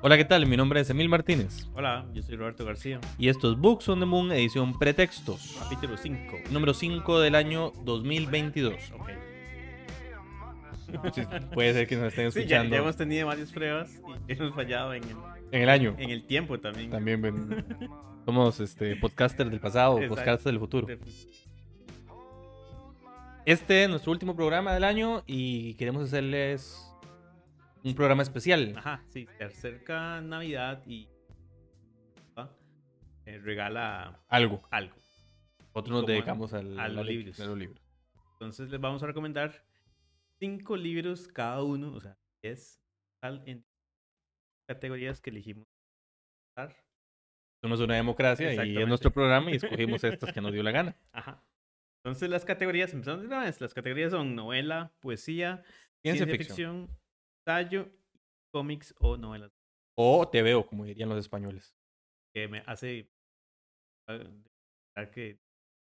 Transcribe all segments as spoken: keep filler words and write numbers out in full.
Hola, ¿qué tal? Mi nombre es Emil Martínez Hola, yo soy Roberto García. y esto es Books on the Moon, edición Pretextos, Capítulo cinco. número cinco del año dos mil veintidós. Ok. Sí, puede ser que nos estén Sí, ya, escuchando ya hemos tenido varias pruebas y hemos fallado en el, en el año. en el tiempo también. También ven- somos este, podcasters del pasado, Exacto. podcasters del futuro. Este es nuestro último programa del año y queremos hacerles un programa especial. Ajá, sí, se acerca Navidad y ¿ah? eh, regala Algo. algo. Nosotros nos Como dedicamos al, a a los la- libros. a los libros. Entonces les vamos a recomendar cinco libros cada uno, o sea, diez tal en categorías que elegimos. Somos una democracia y es Exactamente. nuestro programa y escogimos estas que nos dio la gana. Ajá. Entonces las categorías, empezamos de una vez, las categorías son novela, poesía, Ciencia ciencia, ficción. ficción, ensayo, cómics o novelas. O te veo, como dirían los españoles. Que me hace pensar que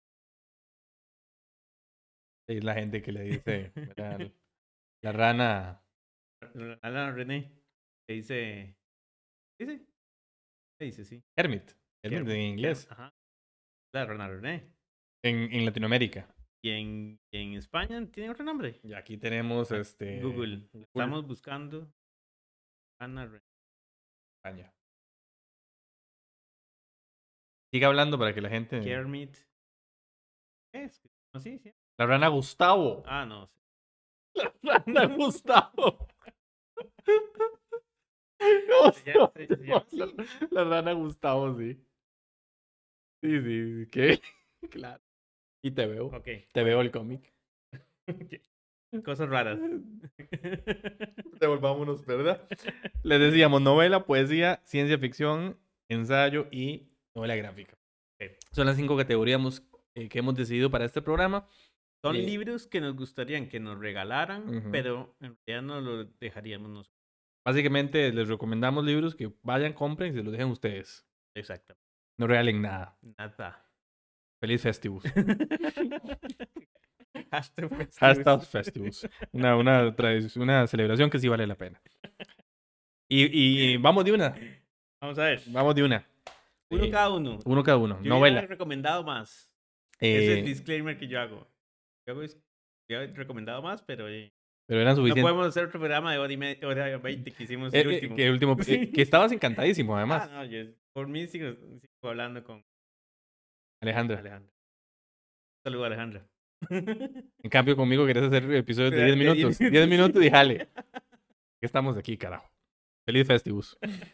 Es la gente que le dice, ¿verdad? La rana Alan René que dice, dice, ¿qué dice? Sí. Hermit. Hermit Kerm- en inglés. Kerm- Ajá. La rana René. En, en Latinoamérica. Y en, en España tiene otro nombre. Y aquí tenemos Ah, este. Google. Estamos buscando Ana René. España. Siga hablando para que la gente. Kermit. ¿Qué es? No, sí, sí. La rana Gustavo. Ah, no. Sí. La rana Gustavo. Se llama- se- se llama la, así. la rana Gustavo, sí. Sí, sí, sí. ¿Qué? Claro. Y te veo. Ok. Te veo el cómic. Cosas raras. Devolvámonos, ¿verdad? Les decíamos novela, poesía, ciencia ficción, ensayo y novela gráfica. Ok. Son las cinco categorías eh, que hemos decidido para este programa. Son Eh, libros que nos gustarían que nos regalaran, Ujú. pero en realidad no los dejaríamos nosotros. Básicamente les recomendamos libros que vayan, compren y se los dejen ustedes. Exacto. No regalen nada. Nada. Feliz Festivus. Hashtag Festivus. Hashtag Festivus. Una, una, tradi- una celebración que sí vale la pena. Y, y vamos de una. Vamos a ver. Vamos de una. Uno Eh, cada uno. Uno cada uno. Yo Novela. ya he recomendado más. Ese es el Eh, disclaimer que yo hago. Yo hago es- yo he recomendado más, pero eh, pero eran no suficientes. podemos hacer otro programa de hora y media, hora veinte que hicimos Eh, el eh, último. que, último eh, Sí. que estabas encantadísimo, además. Ah, no, yo, por mí sigo, sigo hablando con Alejandra. Alejandra. Saludos, Alejandra. En cambio, conmigo querés hacer episodios de De- diez de diez minutos. minutos. diez minutos y jale. Que estamos aquí, carajo. Feliz Festivus.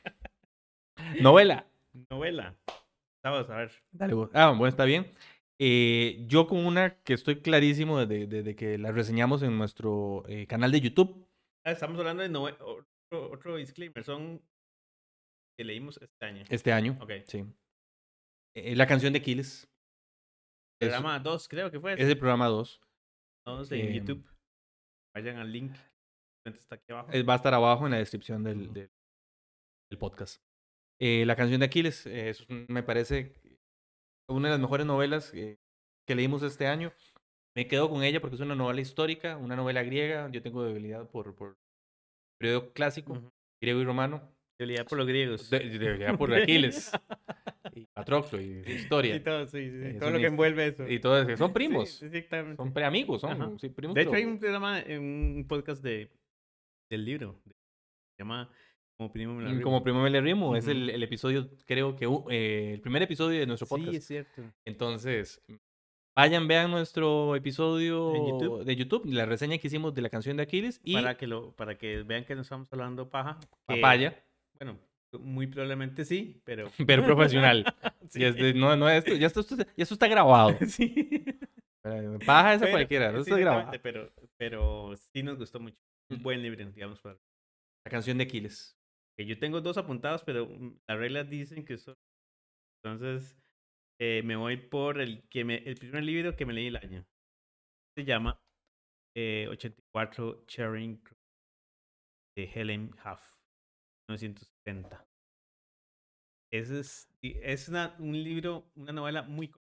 Novela. Novela. Vamos a ver. Dale vos. Ah, bueno, está bien. Eh, yo con una que estoy clarísimo desde, desde que la reseñamos en nuestro eh, canal de YouTube. Ah, estamos hablando de novela. Otro, otro disclaimer. Son que leímos este año. Este año. Ok. Sí. Eh, la canción de Aquiles. Es, Programa dos, creo que fue. es el programa dos. Todos en eh, YouTube. Vayan al link. Está aquí abajo. Va a estar abajo en la descripción del, del, del podcast. Eh, la canción de Aquiles eh, es, me parece una de las mejores novelas eh, que leímos este año. Me quedo con ella porque es una novela histórica, una novela griega. Yo tengo debilidad por, por periodo clásico, Ujú. griego y romano. Debilidad por los griegos. De, de- debilidad por Aquiles, y Patroclo, y historia. Y todo, sí, sí, Eh, todo son lo que hist- envuelve eso. Y todo eso. Son primos. Sí, exactamente. Son preamigos, son Ajá. sí, primos. De hecho, pero- hay un programa, un podcast de, del libro. de- se llama Como Primo Me la Mm, Rimo. Como primo me le rimo, es Ujú. el, el episodio, creo que uh, eh, el primer episodio de nuestro podcast. Sí, es cierto. Entonces, vayan, vean nuestro episodio En YouTube. de YouTube, la reseña que hicimos de la canción de Aquiles y Para que, lo, para que vean que no estamos hablando paja. que, Papaya, Bueno, muy probablemente sí, pero... pero profesional. Sí. Ya, es de- no, no, esto, ya, esto, ya esto está grabado. Sí. Eh, Paja esa Pero- cualquiera, no sí, está grabado. exactamente, pero, pero sí nos gustó mucho. Un Mm. buen libro, digamos. Para... La canción de Aquiles. que Yo tengo dos apuntados, pero mm, las reglas dicen que son... Entonces, eh, me voy por el, que me, el primer libro que me leí el año. Se llama eh, ochenta y cuatro Charing Cross de Helen Huff, mil novecientos setenta. Ese es, y es una, un libro, una novela muy... co-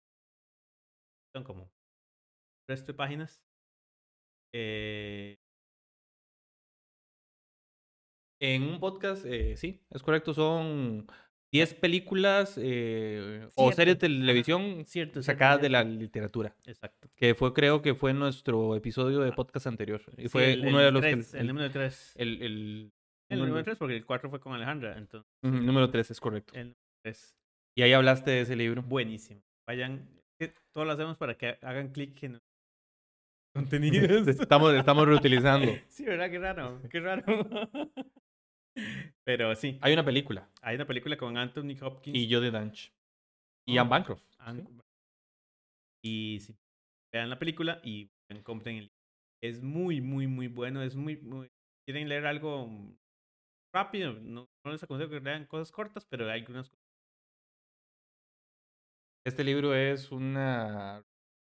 Son como resto de páginas. Eh, En un podcast, eh, sí, es correcto, son diez películas eh, o Cierto. series de Ajá. televisión Cierto, cierto, sacadas de la cierto. literatura. Exacto. Que fue, creo que fue nuestro episodio de Ah, podcast anterior. Y sí, fue el, uno de el los que... tres, el, El, número tres. el, el, El uno de número los- tres porque el cuatro fue con Alejandra, entonces Ujú, número tres, es correcto. el número tres. Y ahí hablaste de ese libro. Buenísimo. Vayan, que todo lo hacemos para que hagan clic en contenidos. Estamos, estamos reutilizando. Sí, ¿verdad? Qué raro, qué raro. Pero sí, Hay una película. hay una película con Anthony Hopkins. Y Judi Dench. Y Oh, Anne Bancroft. An- ¿sí? Y sí, vean la película y compren el libro. Es muy, muy, muy bueno. Es muy, muy... ¿Quieren leer algo rápido? No, no les aconsejo que lean cosas cortas, pero hay algunas cosas. Este libro es una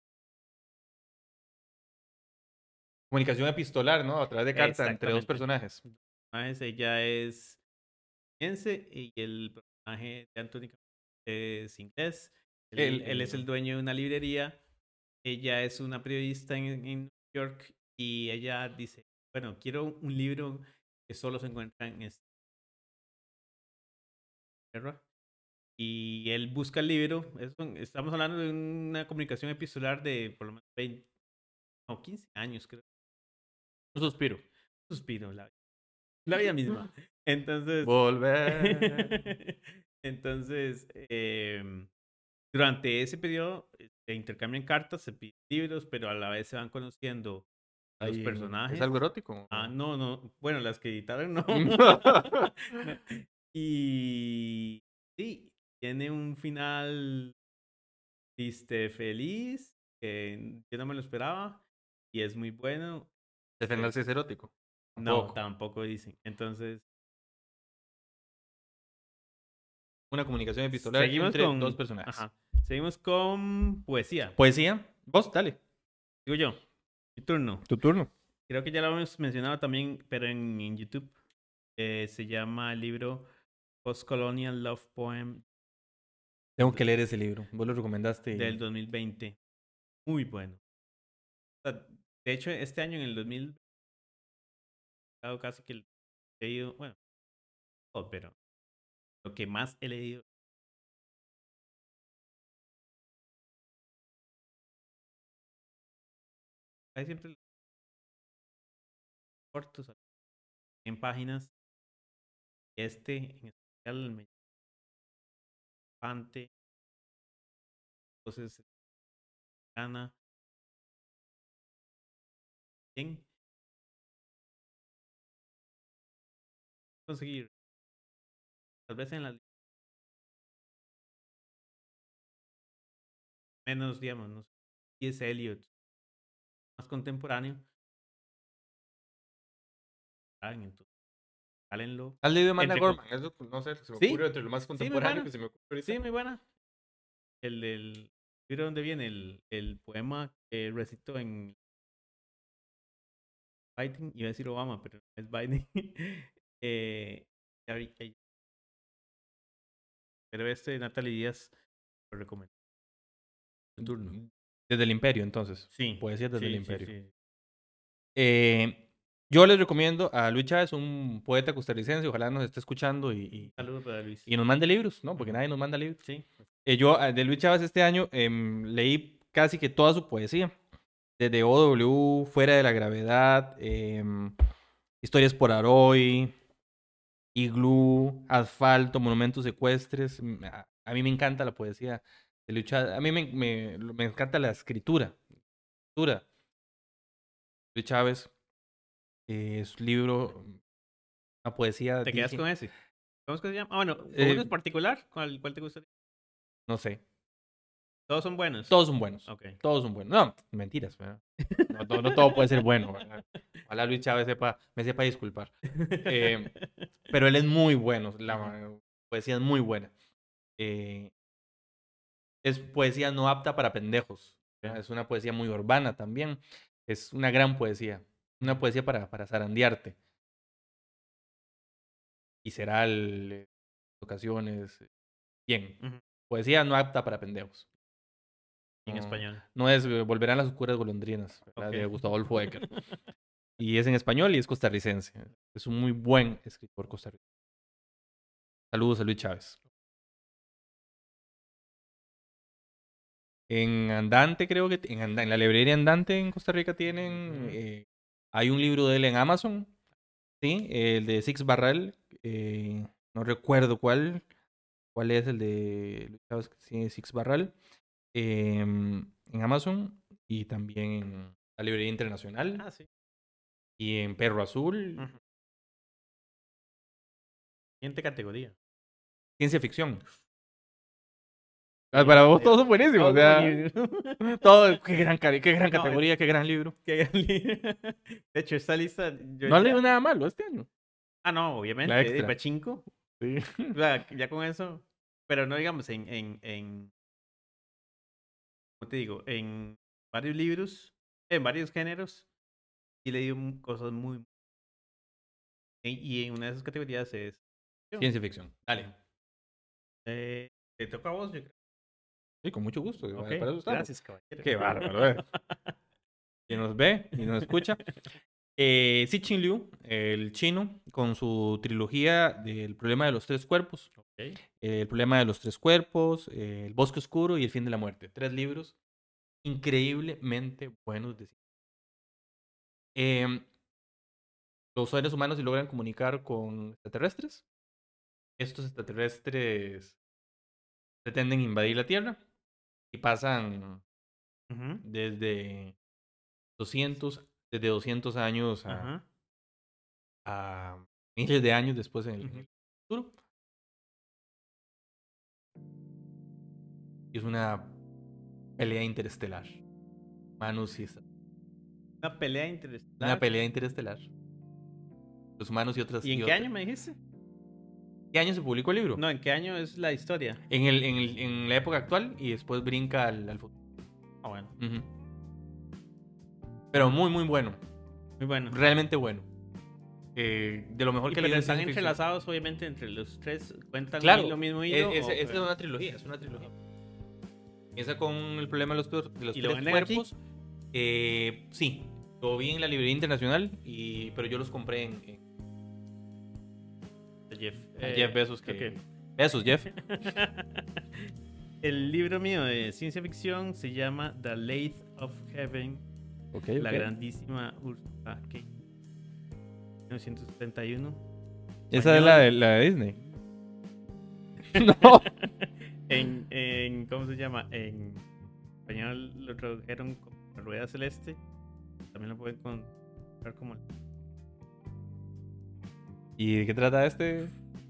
comunicación epistolar, ¿no? A través de carta entre dos Exactamente. personajes. Personajes, ella es estadounidense y el personaje de Anthony es inglés. Él, El, él es el el- dueño de una librería. Ella es una periodista en, en New York y ella dice, bueno, quiero un libro que solo se encuentra en esta tierra. Y él busca el libro. Es un- estamos hablando de una comunicación epistolar de por lo menos veinte, no, quince años, creo. un suspiro. Suspiro, la, la vida misma. Entonces, Volver. entonces, em, durante ese periodo eh, se intercambian cartas, se piden libros, pero a la vez se van conociendo a los Ahí, ¿es personajes. algo erótico? Ah, no, no. Bueno, las que editaron no. No. Y sí, tiene un final este, feliz, que yo no me lo esperaba, y es muy bueno. ¿El final Este, sí es erótico? no, Tampoco. tampoco dicen. Entonces, Una comunicación epistolar seguimos entre dos con, personajes. ajá, seguimos con poesía. ¿Poesía? Vos, dale. Digo yo, mi turno. Tu turno. Creo que ya lo hemos mencionado también, pero en, en YouTube. Eh, se llama el libro Postcolonial Love Poem Tengo que leer ese libro. Vos lo recomendaste. Y... del dos mil veinte. Muy bueno. O sea, de hecho, este año, en el dos mil, dado casi que he leído, bueno, todo, pero lo que más he leído. Casi siempre cortos, en páginas. Este, en especial, me Pante, entonces, Ana, bien, conseguir, tal vez en la menos, digamos, no sé, T S. Eliot, más contemporáneo. Ah, entonces, cálenlo. ¿Has leído Amanda Entre com- Gorman? Eso, pues, no sé, se me Sí, ocurre entre lo más sí, muy contemporáneo buena. que se me ocurre ahorita. Sí, muy buena. El del. ¿Vieron dónde viene el, el poema que recitó en Biden? Iba a decir Obama, pero no es Biden. eh, Gary Kay. Pero este, Natalie Díaz, lo recomiendo. Tu turno. Desde el Imperio, entonces. Sí. Poesía desde el Sí, sí, Imperio. sí. Eh, yo les recomiendo a Luis Chávez, un poeta costarricense. Ojalá nos esté escuchando y, y, Saludos para Luis. y nos mande libros, ¿no? Porque Ujú. nadie nos manda libros. Sí. Eh, yo eh, de Luis Chávez este año em, leí casi que toda su poesía. Desde O W, Fuera de la Gravedad, em, Historias por Aroy, Iglú, Asfalto, Monumentos Ecuestres. Mm, A, a mí me encanta la poesía de Luis Chávez. A mí me, me, me encanta la escritura. escritura. Luis Chávez, eh, su libro, una poesía, ¿Te quedas dije, con ese? ¿Cómo es que se llama? Ah, bueno, ¿con eh, uno en particular? ¿Cuál, cuál te gustaría? no sé. Todos son buenos. Todos son buenos. Ok. Todos son buenos. No, mentiras. ¿verdad? No, no, no todo puede ser bueno. ¿verdad? Ojalá Luis Chávez sepa, me sepa disculpar. Eh, pero él es muy bueno. La poesía es muy buena. Eh, es poesía no apta para pendejos. ¿verdad? Es una poesía muy urbana también. Es una gran poesía. Una poesía para, para zarandearte. Y será el, ocasiones. Bien. Ujú. Poesía no apta para pendejos. En No, español. no es eh, Volverán las oscuras golondrinas, ¿verdad? Ok. De Gustavo Adolfo Bécquer. Y es en español y es costarricense. Es un muy buen escritor costarricense. Saludos a Luis Chávez. En Andante, creo que en, Anda- en la librería Andante en Costa Rica tienen. Ujú. eh, hay un libro de él en Amazon, ¿sí? El de Six Barral. eh, no recuerdo cuál. ¿Cuál es el de Luis Chávez? Sí, Six Barral. em, en Amazon y también en la librería internacional Ah, sí. y en Perro Azul. Ujú. Siguiente categoría. Ciencia ficción. Ah, para vos todos son buenísimos. O Todos sea, buenísimos. todo, qué gran, cari- qué gran No, es- categoría, qué gran libro. Qué gran libro. De hecho, esta lista. Yo No he decía, leído nada malo este año. ah, no, La obviamente. De extra. Pachinko. Sí. O sea, ya con eso. Pero no digamos en, en, en. ¿Cómo te digo? En varios libros. En varios géneros. Y he leído mu- cosas muy. en- Y en una de esas categorías es. Ciencia ficción. Dale. Eh, te toca a vos, yo creo. Sí, con mucho gusto. Ok, Para eso estamos. gracias, caballero. Qué bárbaro, ¿eh? Quien nos ve y nos escucha. Eh, Cixin Liu, el chino, con su trilogía del problema de los tres cuerpos. Ok. eh, el problema de los tres cuerpos, eh, el bosque oscuro y el fin de la muerte. Tres libros increíblemente buenos de ciencia. Em, los seres humanos se logran comunicar con extraterrestres. Estos extraterrestres pretenden invadir la Tierra y pasan Ujú, desde doscientos, desde doscientos años a, ajá. a miles de años después en el, en Ujú. el futuro. Y es una pelea interestelar. Humanos y extra- Una pelea interestelar. Una pelea interestelar. Los humanos y otras. ¿Y en y qué otras- año me dijiste? ¿Qué año se publicó el libro? No, ¿en qué año es la historia? En, el, en, el- en la época actual y después brinca al, al futuro. Ah, bueno. Ujú. Pero muy, muy bueno. Muy bueno. Realmente bueno. Eh, de lo mejor Y que pero leí en están ciencia ficción. entrelazados, obviamente, entre los tres. ¿Cuentan Claro, lo mismo es, hilo? es, o- es una trilogía, es una trilogía. Empieza con el problema de los, tur- de los ¿Y lo tres venden aquí? cuerpos. Eh, sí, lo vi en la librería internacional, y, pero yo los compré en, en Jeff. a Eh, Jeff Bezos. Que, ok. Bezos, Jeff. El libro mío de ciencia ficción se llama The Lathe of Heaven. Okay, La ok. grandísima Ursula K. mil novecientos setenta y uno. Esa es la de, la de Disney. No. en, en, ¿cómo se llama? En español lo tradujeron como La Rueda Celeste. También lo pueden encontrar como... ¿Y de qué trata este?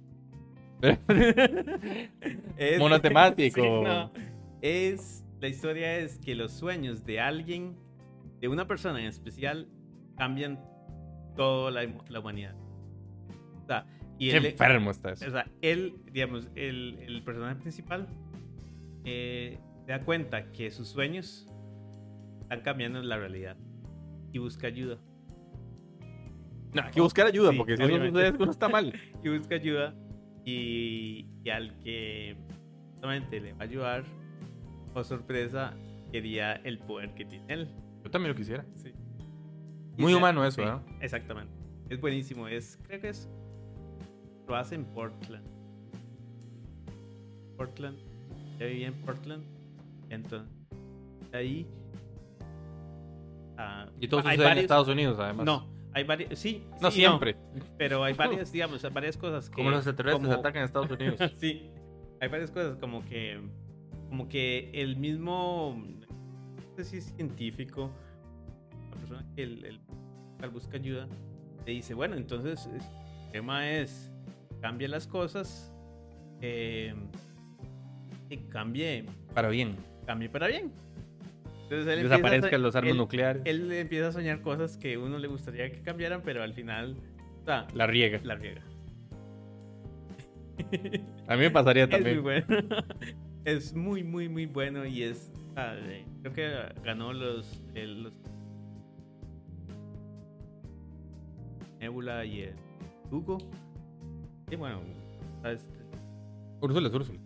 Es- Monotemático. Sí, no. Es, la historia es que los sueños de alguien, de una persona en especial, cambian toda la, la humanidad. O sea, y Qué él, enfermo está eso. o sea, él, digamos, el, el personaje principal eh, se da cuenta que sus sueños están cambiando la realidad y busca ayuda. No, hay que buscar ayuda, Sí, porque si eso obviamente. sucede es que uno está mal. Y busca ayuda y, y al que justamente le va a ayudar, por sorpresa, quería el poder que tiene él. Yo también lo quisiera. Sí. Muy Y se- humano eso, sí, ¿no? Exactamente. Es buenísimo. Es, creo que es. Lo hace en Portland. Portland. Ya vivía en Portland. Entonces, ahí. ah, Y todo hay sucede en varios- Estados Unidos, además. No, hay varios. Sí, No sí, siempre. pero hay varias, digamos, hay varias cosas que. Como los extraterrestres como- atacan a Estados Unidos. Sí, hay varias cosas como que como que el mismo, no sé si es científico, la persona que el, el, el busca ayuda, le dice, bueno, entonces el tema es, cambia las cosas, eh, y cambie, Para bien. cambie para bien. Entonces él empieza a Desaparezcan so- los armas él- nucleares. Él empieza a soñar cosas que a uno le gustaría que cambiaran, pero al final, o sea, La riega. la riega. A mí me pasaría Es muy también. bueno. Es muy, muy, muy bueno y es. ah, eh, creo que ganó los. el- los Nebula y el Hugo. Y bueno, ¿sabes? Úrsula es Úrsula.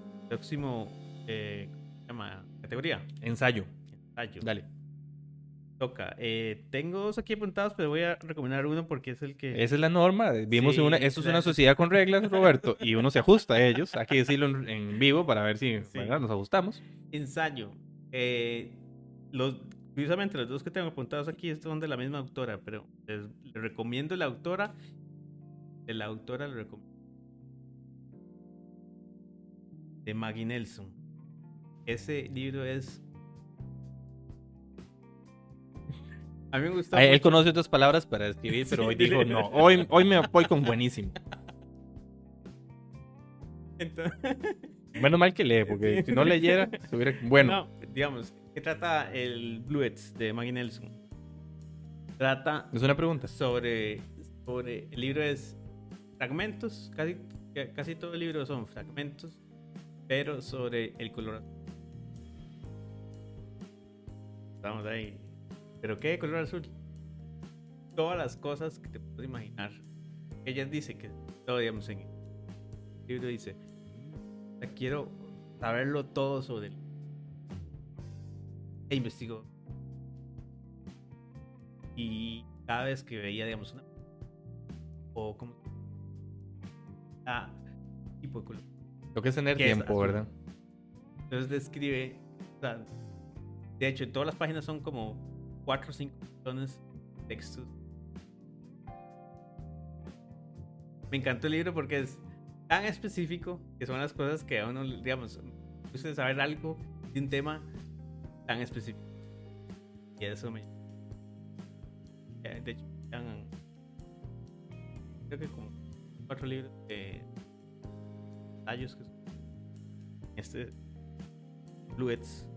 Próximo. Eh, ¿Cómo se llama? Categoría. Ensayo. Ensayo. Dale. Toca. Eh, tengo dos aquí apuntados, pero voy a recomendar uno porque es el que... Esa es la norma. Vimos Sí, una, esto es una la- sociedad con reglas, Roberto, y uno se ajusta a ellos. Hay que decirlo en, en vivo para ver si Sí. ¿verdad? Nos ajustamos. Ensayo. Eh, los, curiosamente, los dos que tengo apuntados aquí son de la misma autora, pero les, les recomiendo la autora. De la autora le recomiendo. De Maggie Nelson. Ese libro es... A mí me gustó Ah, él mucho. conoce otras palabras para escribir, pero Sí, hoy dijo dile. no. Hoy, hoy me voy con buenísimo. Entonces- Menos mal que lee, porque Sí. si no leyera, se hubiera... Bueno, No, digamos, ¿qué trata el Bluets de Maggie Nelson? Trata es una pregunta. sobre, sobre el libro es fragmentos, casi, casi todo el libro son fragmentos, pero sobre el color azul. Estamos ahí. ¿Pero qué color azul? Todas las cosas que te puedes imaginar. Ella dice que todo, digamos, en el libro dice, quiero saberlo todo sobre él. E investigó. Y cada vez que veía, digamos, una... O como... Ah, tipo de color. Lo que es tener ¿Qué es tiempo, azul? ¿verdad? Entonces describe... O sea, de hecho, en todas las páginas son como cuatro o cinco millones de textos. Me encantó el libro porque es tan específico que son las cosas que a uno, digamos, gusta saber algo de un tema tan específico. Y eso me... De hecho, tan... creo que como cuatro libros de ensayos que son este Bluets.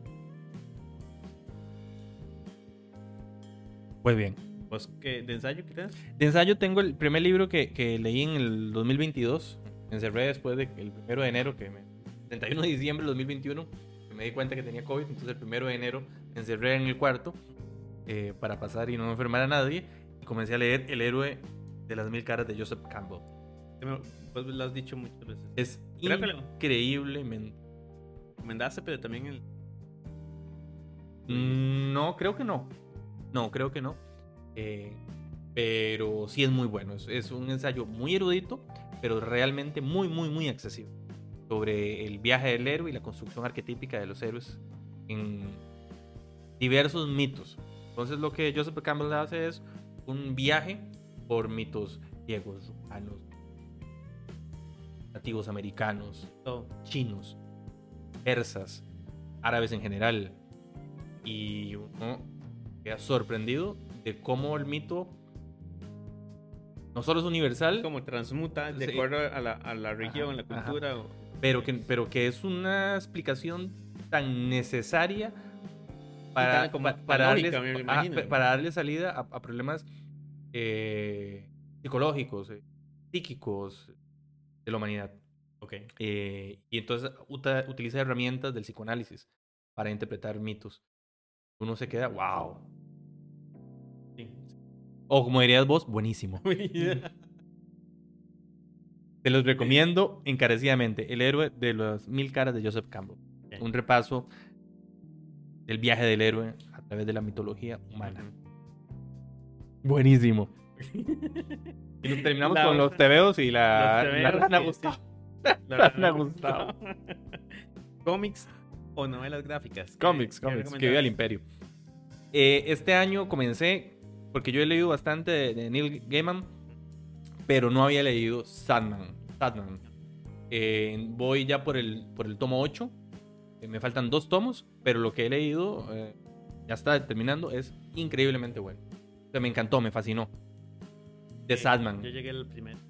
Pues bien. ¿Vos qué, de ensayo crees? De ensayo tengo el primer libro que, que leí en el dos mil veintidós. Me encerré después del primero de enero, que me, treinta y uno de diciembre del dos mil veintiuno, que me di cuenta que tenía COVID. Entonces el primero de enero me encerré en el cuarto eh, para pasar y no enfermar a nadie. Y comencé a leer El héroe de las mil caras de Joseph Campbell. Vos lo has dicho muchas veces. Es Creo que lo- increíblemente... Recomendaste, pero también el... Mm, No, creo que no. No, creo que no. Eh, pero sí es muy bueno. Es, es un ensayo muy erudito, pero realmente muy, muy, muy accesible. Sobre el viaje del héroe y la construcción arquetípica de los héroes en diversos mitos. Entonces lo que Joseph Campbell hace es un viaje por mitos griegos, romanos, nativos americanos, todo. chinos, persas, árabes en general. Y uno queda sorprendido de cómo el mito no solo es universal, Como transmuta de Sí. acuerdo a la, a la región, Ajá, la cultura. O... pero que, pero que es una explicación tan necesaria para, tan como- pa- tan para, lógica, darles, me ajá, imagino. pa- para darle salida a, a problemas eh, psicológicos, eh, psíquicos de la humanidad. Ok. Eh, y entonces uta- utiliza herramientas del psicoanálisis para interpretar mitos. Uno se queda, wow. Sí. O como dirías vos, buenísimo. Te los recomiendo encarecidamente. El héroe de las mil caras de Joseph Campbell. Ok. Un repaso del viaje del héroe a través de la mitología humana. Buenísimo. Y nos terminamos La con los otra- tebeos y la, Los la tebeos, rana sí, Gustavo. sí. La La rana Gustavo. Cómics o novelas gráficas. ¿Qué- Cómics, qué cómics, recomendás? que vive al imperio. Eh, este año comencé, porque yo he leído bastante de, de Neil Gaiman, pero no había leído Sandman. Sandman. Eh, voy ya por el, por el tomo ocho. Eh, me faltan dos tomos, pero lo que he leído, eh, ya está terminando, es increíblemente bueno. O sea, me encantó, me fascinó. De Sí, Sandman. Yo llegué al primero.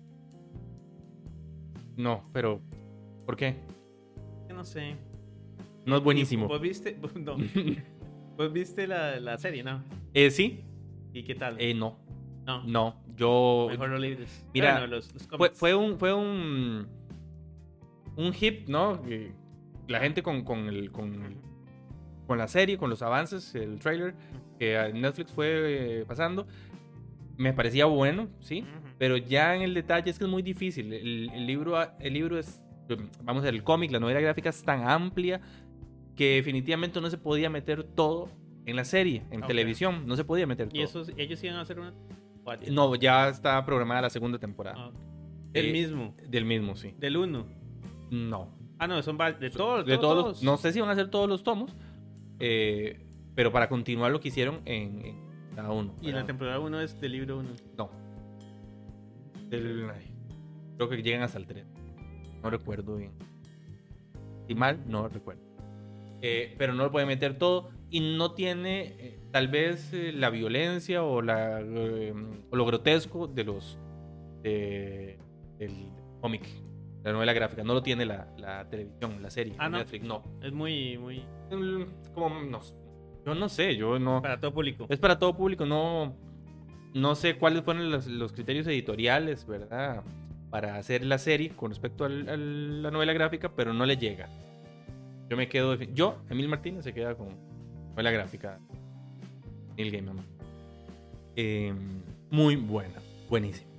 No, pero ¿por qué? Yo no sé. No es buenísimo. ¿Vos viste? vos- No. ¿Vos viste la, la serie, no? eh, sí, ¿Y qué tal? eh, no, no. no. Yo Mejor los libros. Mira, Bueno, los, los fue, cómics. fue un fue un un hit, ¿no? Que la gente con, con el con, con la serie, con los avances, el trailer que a Netflix fue eh, pasando, me parecía bueno, sí, Ujú. pero ya en el detalle es que es muy difícil. El, el libro el libro es, vamos a ver, el cómic, la novela gráfica es tan amplia que definitivamente no se podía meter todo en la serie, en Ok. televisión. No se podía meter todo. Y esos, ellos iban a hacer una. No, ya está programada la segunda temporada. Ah, ok. Del Eh, mismo. Del mismo, sí. Del uno. No. Ah, no, son va- de todos. De todos, todos, los- todos. no sé si van a ser todos los tomos, eh, pero para continuar lo que hicieron en, en cada uno. Y la ¿verdad? temporada uno es del libro uno. No. Del- ay, creo que llegan hasta el tres. No recuerdo bien. Si mal, no recuerdo. Eh, pero no lo pueden meter todo y no tiene eh, tal vez eh, la violencia o, la, eh, o lo grotesco de los de- del cómic, la novela gráfica. No lo tiene la, la televisión, la serie, Ah, ¿no? Netflix, no. Es muy, muy. Mm, Como, no, yo no sé, yo no. Para todo público. Es para todo público, no, no sé cuáles fueron los, los criterios editoriales, ¿verdad? Para hacer la serie con respecto al- a la novela gráfica, pero no le llega. Yo me quedo. defi- Yo, Emil Martínez, se queda con novela gráfica. Neil Gaiman. Eh, muy buena, buenísima.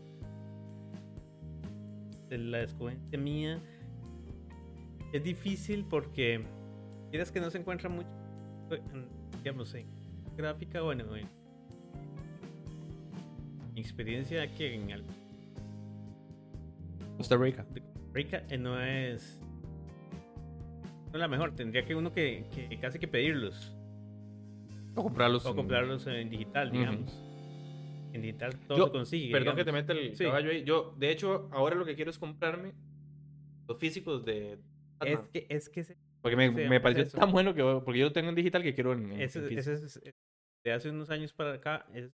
De la escogencia mía. Es difícil porque. Quieras que no se encuentra mucho. en, Digamos, en gráfica, bueno, en mi experiencia aquí en el- Costa Rica. de Costa Rica eh, no es. No es la mejor. Tendría que uno que, que casi que pedirlos. O comprarlos. O en- comprarlos en digital, Ujú. digamos. En digital todo Yo- se consigue. Perdón que digamos. te meta el Sí. caballo ahí. Yo, de hecho, ahora lo que quiero es comprarme los físicos de Es Batman. que, es que ese, Porque me, sí, me es pareció eso. tan bueno que porque yo lo tengo en digital que quiero en, en- ese, en físico. ese es, es- de hace unos años para acá es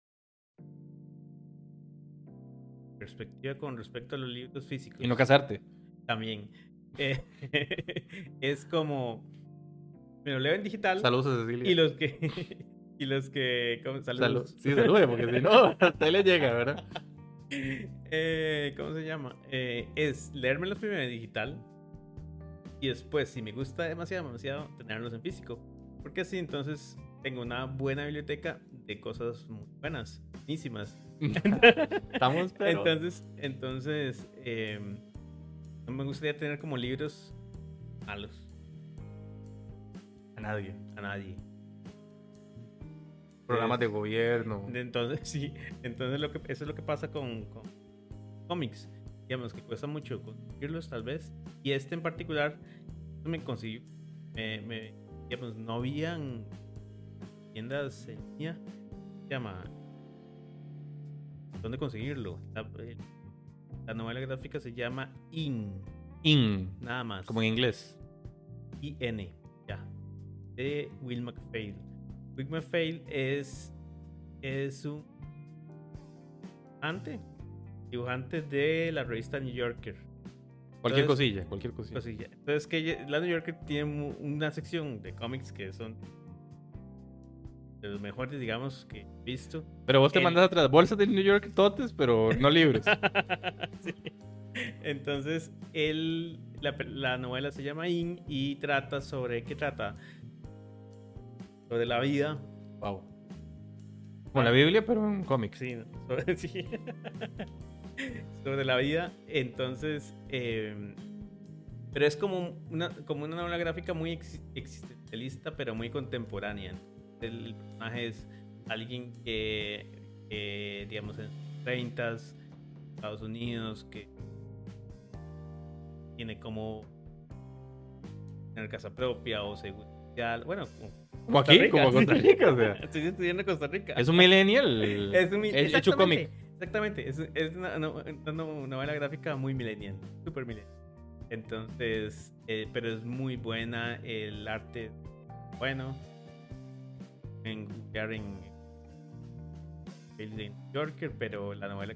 perspectiva con respecto a los libros físicos. Y no casarte. También. Eh, es como me lo leo en digital Saludos a Cecilia. y los que y los que ¿cómo? Salud. Saludos. Sí, salude, porque si no, hasta ahí le llega, ¿verdad? Eh, ¿cómo se llama? Eh, es leérmelos primero en digital y después, si me gusta demasiado, demasiado, tenerlos en físico. Porque así entonces tengo una buena biblioteca de cosas muy buenas, buenísimas. Estamos, pero... Entonces, entonces eh, no me gustaría tener como libros malos A nadie. a nadie. Programas de gobierno. Entonces, sí, entonces lo que, eso es lo que pasa con, con cómics. Digamos que cuesta mucho conseguirlos, tal vez. Y este en particular, me consiguió. Me, me- digamos, no habían tiendas en línea. Se llama. ¿Dónde conseguirlo? La, eh, la novela gráfica se llama In. In. Nada más. Como en inglés. I N. Ya. De Will McPhail. Will McPhail es. Es un. Dibujante. Dibujante de la revista New Yorker. Cualquier Entonces- cosilla, cualquier cosilla. Cosilla. Entonces, que ella- la New Yorker tiene mu- una sección de cómics que son. De los mejores, digamos, que he visto. Pero vos te El- mandas atrás bolsas de New York totes, pero no libros. Sí. Entonces, él, la, pe- la novela se llama In y trata sobre. ¿Qué trata? Sobre la vida. Wow. Como la Biblia, pero en cómics. Sí, ¿no? sobre, sí. Sobre la vida. Entonces, eh, pero es como una, como una novela gráfica muy ex- existencialista, pero muy contemporánea. El personaje es alguien que, que, digamos, en sus treintas, Estados Unidos, que tiene como tener casa propia o seguro social. Bueno, como Como Costa aquí, Rica, como Costa sí. Rica, o sea. Estoy estudiando en Costa Rica. Es un millennial. Es un mi- he- hecho exactamente, cómic. Exactamente, es, es una, no- una no- novela gráfica muy millennial, super millennial. Entonces, eh, pero es muy buena, el arte bueno. En googlear en el de New Yorker, pero la novela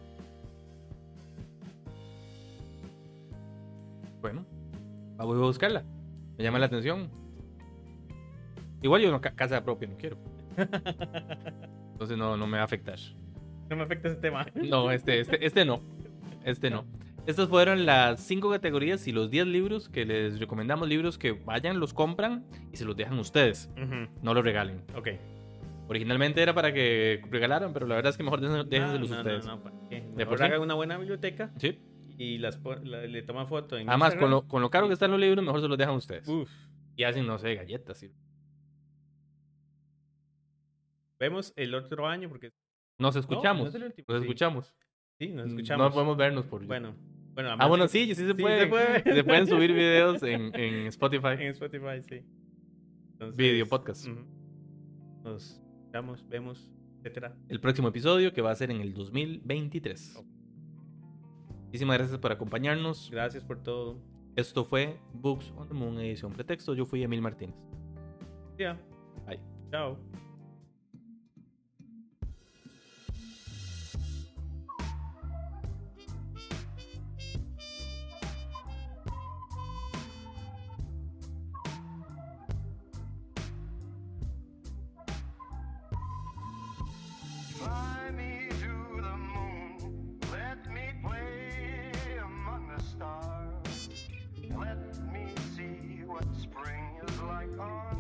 Bueno, voy a buscarla. Me llama la atención. Igual yo no, ca- casa propia no quiero. Entonces no, no me va a afectar. no me afecta ese tema. No, este, este, este no. Este no. Estas fueron las cinco categorías y los diez libros que les recomendamos. Libros que vayan, los compran y se los dejan ustedes. Ujú, No los regalen. ok. Originalmente era para que regalaran, pero la verdad es que mejor déjense- déjenselos No, no, ustedes. no, no, ¿para qué? por Mejor sí. hagan una buena biblioteca Sí. y las pon- la- le toman foto en Además, con Instagram. lo, con lo caro que están los libros, mejor se los dejan ustedes. Uf, Y hacen, no sé, galletas. ¿sí? vemos el otro año porque... Nos No, escuchamos. no es el último, Nos sí. escuchamos. Sí, nos Mm, escuchamos. No podemos vernos por... Bueno, bueno. a Ah, menos bueno, que- sí, sí se sí, puede. se puede. Se pueden subir videos en, en Spotify. En Spotify, sí. Entonces, Video podcast. ujú. Nos escuchamos, vemos, etcétera. El próximo episodio que va a ser en el dos mil veintitrés. Ok. Muchísimas gracias por acompañarnos. Gracias por todo. Esto fue Books on the Moon edición pretexto. Yo fui Emil Martínez. Ya. Bye. Chao. Fly me to the moon, let me play among the stars. Let me see what spring is like on